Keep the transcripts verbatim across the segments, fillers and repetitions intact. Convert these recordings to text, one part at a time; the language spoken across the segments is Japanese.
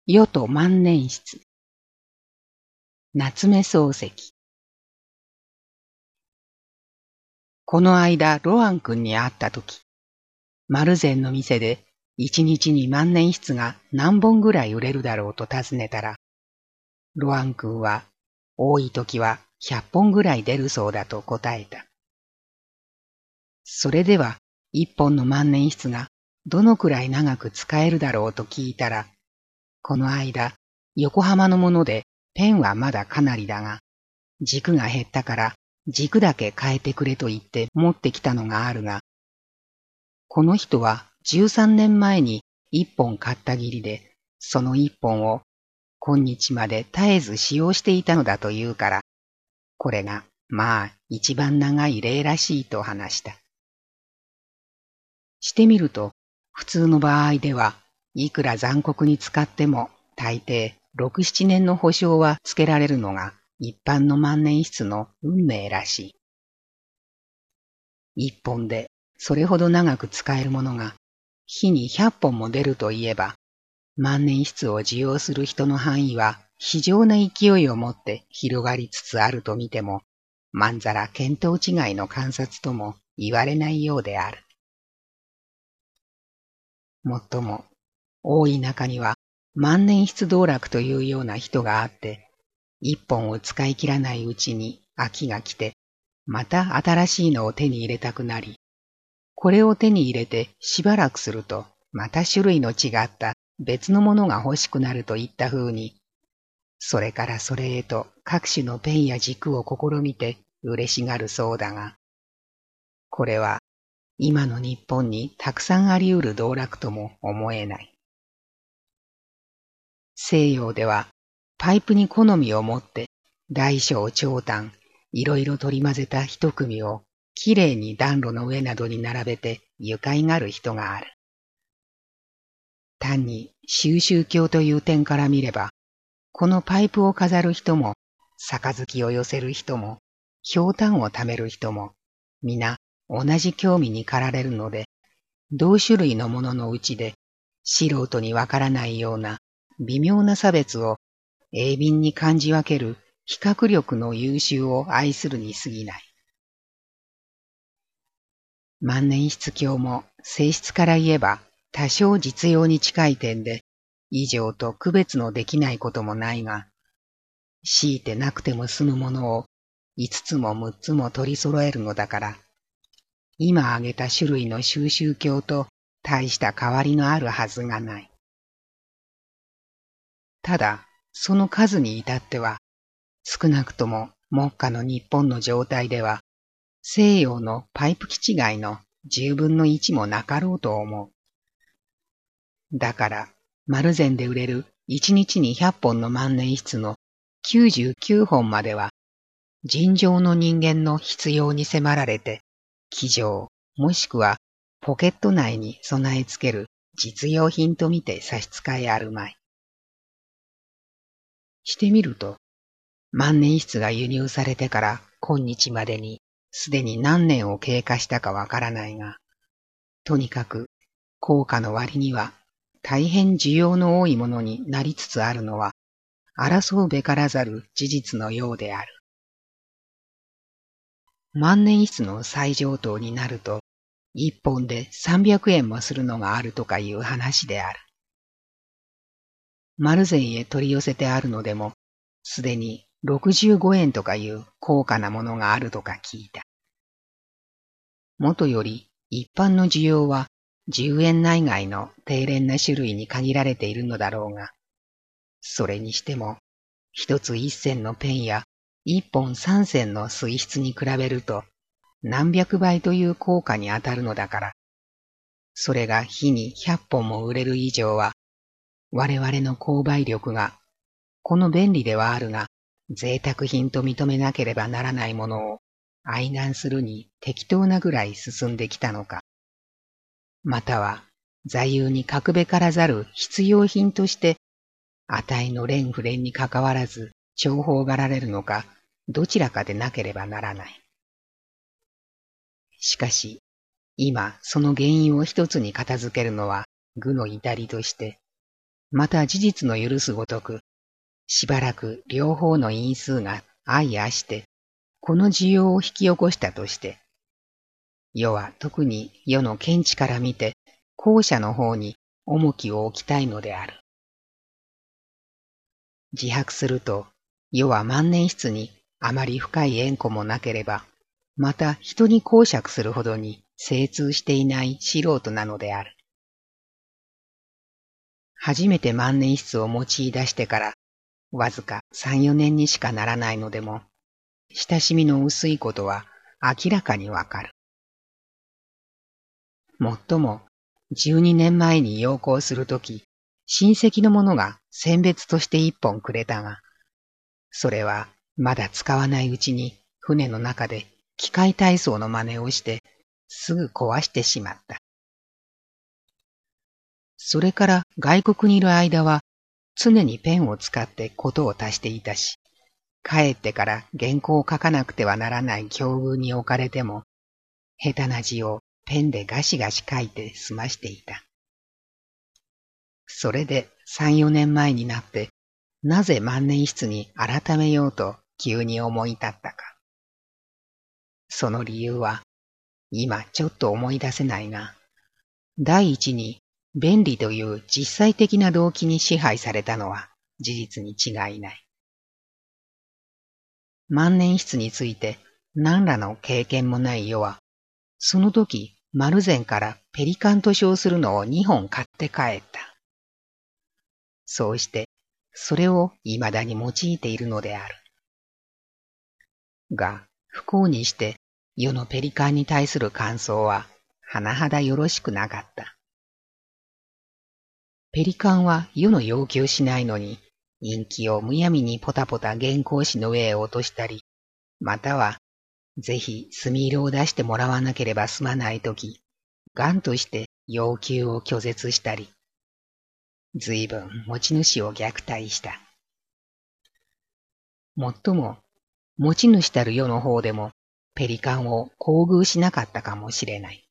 世と万年筆。夏目漱石。この間、ロアン君に会ったとき、丸善の店で一日に万年筆が何本ぐらい売れるだろうと尋ねたら、ロアン君は多いときは百本ぐらい出るそうだと答えた。それでは一本の万年筆がどのくらい長く使えるだろうと聞いたら、この間、横浜のものでペンはまだかなりだが、軸が減ったから軸だけ変えてくれと言って持ってきたのがあるが、この人はじゅうさんねんまえに一本買ったきりで、その一本を今日まで絶えず使用していたのだというから、これがまあ一番長い例らしいと話した。してみると、普通の場合ではいくら残酷に使っても大抵六七年の保証はつけられるのが一般の万年筆の運命らしい。一本でそれほど長く使えるものが日に百本も出るといえば、万年筆を使用する人の範囲は非常な勢いを持って広がりつつあると見ても、まんざら見当違いの観察とも言われないようである。もっとも、多い中には万年筆道楽というような人があって、一本を使い切らないうちに飽きが来て、また新しいのを手に入れたくなり、これを手に入れてしばらくすると、また種類の違った別のものが欲しくなるといった風に、それからそれへと各種のペンや軸を試みて嬉しがるそうだが、これは今の日本にたくさんあり得る道楽とも思えない。西洋ではパイプに好みを持って大小長短いろいろ取り混ぜた一組をきれいに暖炉の上などに並べて愉快がる人がある。単に収集鏡という点から見れば、このパイプを飾る人も、杯を寄せる人も、ひょうたんを貯める人も、皆同じ興味に駆られるので、同種類のもののうちで、素人にわからないような微妙な差別を鋭敏に感じ分ける比較力の優秀を愛するに過ぎない。万年筆鏡も性質から言えば多少実用に近い点で以上と区別のできないこともないが、強いてなくても済むものを五つも六つも取り揃えるのだから、今挙げた種類の収集鏡と大した変わりのあるはずがない。ただ、その数に至っては、少なくとも目下の日本の状態では、西洋のパイプ気違いの十分の一もなかろうと思う。だから、丸善で売れる一日に百本の万年筆の九十九本までは、尋常の人間の必要に迫られて、機上もしくはポケット内に備え付ける実用品とみて差し支えあるまい。してみると、万年筆が輸入されてから今日までにすでに何年を経過したかわからないが、とにかく効果の割には大変需要の多いものになりつつあるのは、争うべからざる事実のようである。万年筆の最上等になると、一本で三百円もするのがあるとかいう話である。丸善へ取り寄せてあるのでも、すでに六十五円とかいう高価なものがあるとか聞いた。もとより一般の需要は十円内外の低廉な種類に限られているのだろうが、それにしても、一つ一銭のペンや一本三銭の水筆に比べると何百倍という効果に当たるのだから、それが日に百本も売れる以上は、我々の購買力が、この便利ではあるが、贅沢品と認めなければならないものを愛玩するに適当なぐらい進んできたのか、または座右に欠くべからざる必要品として、値の連不連にかかわらず重宝がられるのか、どちらかでなければならない。しかし、今その原因を一つに片付けるのは愚の至りとして、 また事実の許すごとく、しばらく両方の因数が相合して、この需要を引き起こしたとして、世は特に世の見地から見て、後者の方に重きを置きたいのである。自白すると、世は万年筆にあまり深い縁故もなければ、また人に講釈するほどに精通していない素人なのである。初めて万年筆を用い出してから、わずか三、四年にしかならないのでも、親しみの薄いことは明らかにわかる。もっとも、十二年前に洋行するとき、親戚の者が選別として一本くれたが、それはまだ使わないうちに船の中で機械体操の真似をしてすぐ壊してしまった。それから外国にいる間は常にペンを使ってことを足していたし、帰ってから原稿を書かなくてはならない境遇に置かれても、下手な字をペンでガシガシ書いて済ましていた。それで三、四年前になって、なぜ万年筆に改めようと急に思い立ったか。その理由は、今ちょっと思い出せないが、第一に便利という実際的な動機に支配されたのは事実に違いない。万年筆について何らの経験もない世は、その時丸善からペリカンと称するのを二本買って帰った。そうして、それを未だに用いているのである。が、不幸にして世のペリカンに対する感想は、甚だよろしくなかった。ペリカンは世の要求しないのに、陰気をむやみにポタポタ原稿紙の上へ落としたり、または、ぜひ墨色を出してもらわなければ済まないとき、ガンとして要求を拒絶したり、ずいぶん持ち主を虐待した。もっとも、持ち主たる世の方でも、ペリカンを厚遇しなかったかもしれない。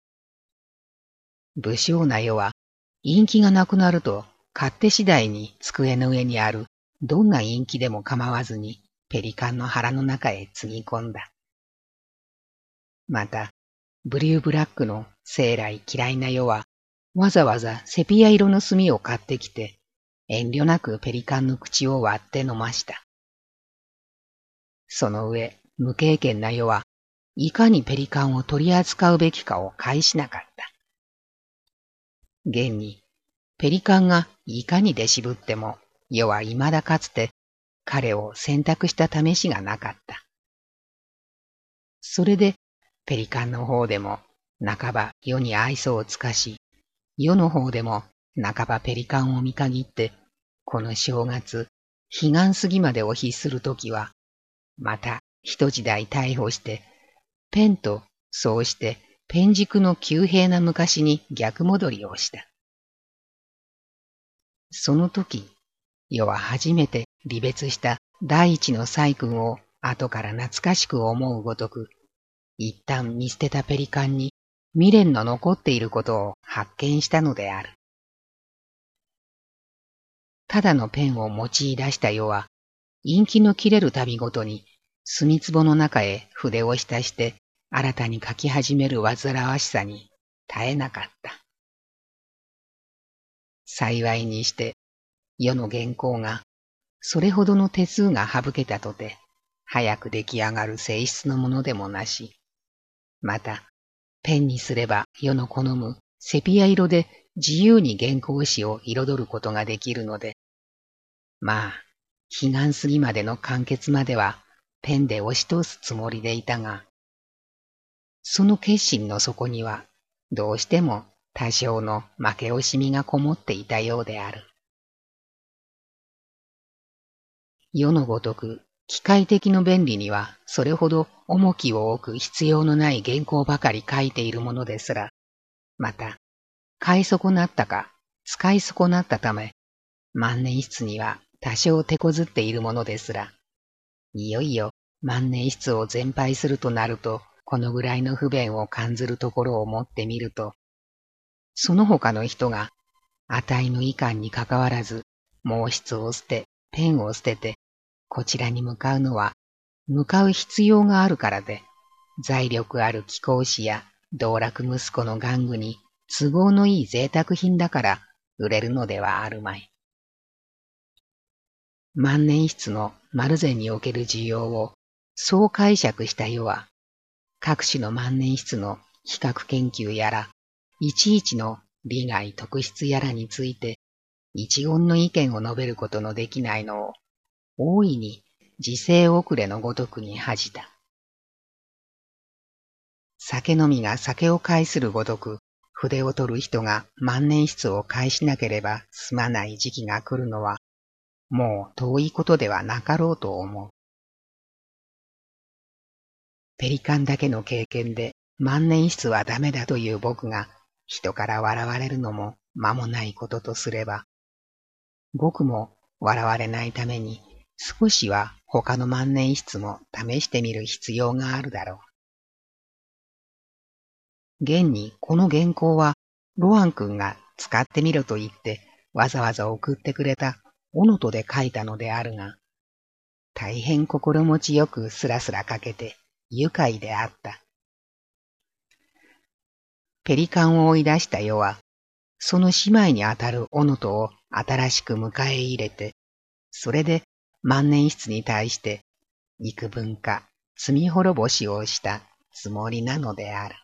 不肖な世は、陰気がなくなると、勝手次第に机の上にあるどんな陰気でも構わずに、ペリカンの腹の中へつぎ込んだ。また、ブリューブラックの生来嫌いな世は、わざわざセピア色の墨を買ってきて、遠慮なくペリカンの口を割って飲ました。その上、無経験な世は、いかにペリカンを取り扱うべきかを介しなかった。現に、ペリカンがいかに出しぶっても、世は未だかつて彼を選択した試しがなかった。それで、ペリカンの方でも、半ば世に愛想を尽かし、世の方でも半ばペリカンを見限って、この正月、彼岸過ぎまでを必するときは、また一時代逮捕して、ペンとそうしてペン軸の旧平な昔に逆戻りをした。その時、世は初めて離別した第一の細君を後から懐かしく思うごとく、一旦見捨てたペリカンに未練の残っていることを発見したのである。ただのペンを用い出した世は、陰気の切れるたびごとに墨壺の中へ筆を浸して新たに書き始める煩わしさに耐えなかった。幸いにして、世の原稿がそれほどの手数が省けたとて、早く出来上がる性質のものでもなし、また、ペンにすれば世の好むセピア色で自由に原稿紙を彩ることができるので、まあ、彼岸過ぎまでの完結まではペンで押し通すつもりでいたが、その決心の底には、どうしても多少の負け惜しみがこもっていたようである。世のごとく、機械的の便利にはそれほど重きを置く必要のない原稿ばかり書いているものですら、また、買い損なったか使い損なったため、万年筆には多少手こずっているものですら、いよいよ万年筆を全廃するとなると、このぐらいの不便を感ずるところを持ってみると、その他の人が値のいかんにかかわらず、毛筆を捨て、ペンを捨てて、こちらに向かうのは、向かう必要があるからで、財力ある貴公子や道楽息子の玩具に都合のいい贅沢品だから売れるのではあるまい。万年筆の丸善における需要をそう解釈した世は、各種の万年筆の比較研究やら、いちいちの利害特質やらについて、一言の意見を述べることのできないのを、大いに時勢遅れのごとくに恥じた。酒飲みが酒を介するごとく、筆を取る人が万年筆を介しなければ済まない時期が来るのは、もう遠いことではなかろうと思う。ペリカンだけの経験で万年筆はダメだという僕が人から笑われるのも間もないこととすれば、僕も笑われないために少しは他の万年筆も試してみる必要があるだろう。現にこの原稿はロアン君が使ってみろと言ってわざわざ送ってくれたオノトで書いたのであるが、大変心持ちよくスラスラ書けて愉快であった。ペリカンを追い出した世は、その姉妹にあたるオノトを新しく迎え入れて、それで万年筆に対して幾分か罪滅ぼしをしたつもりなのである。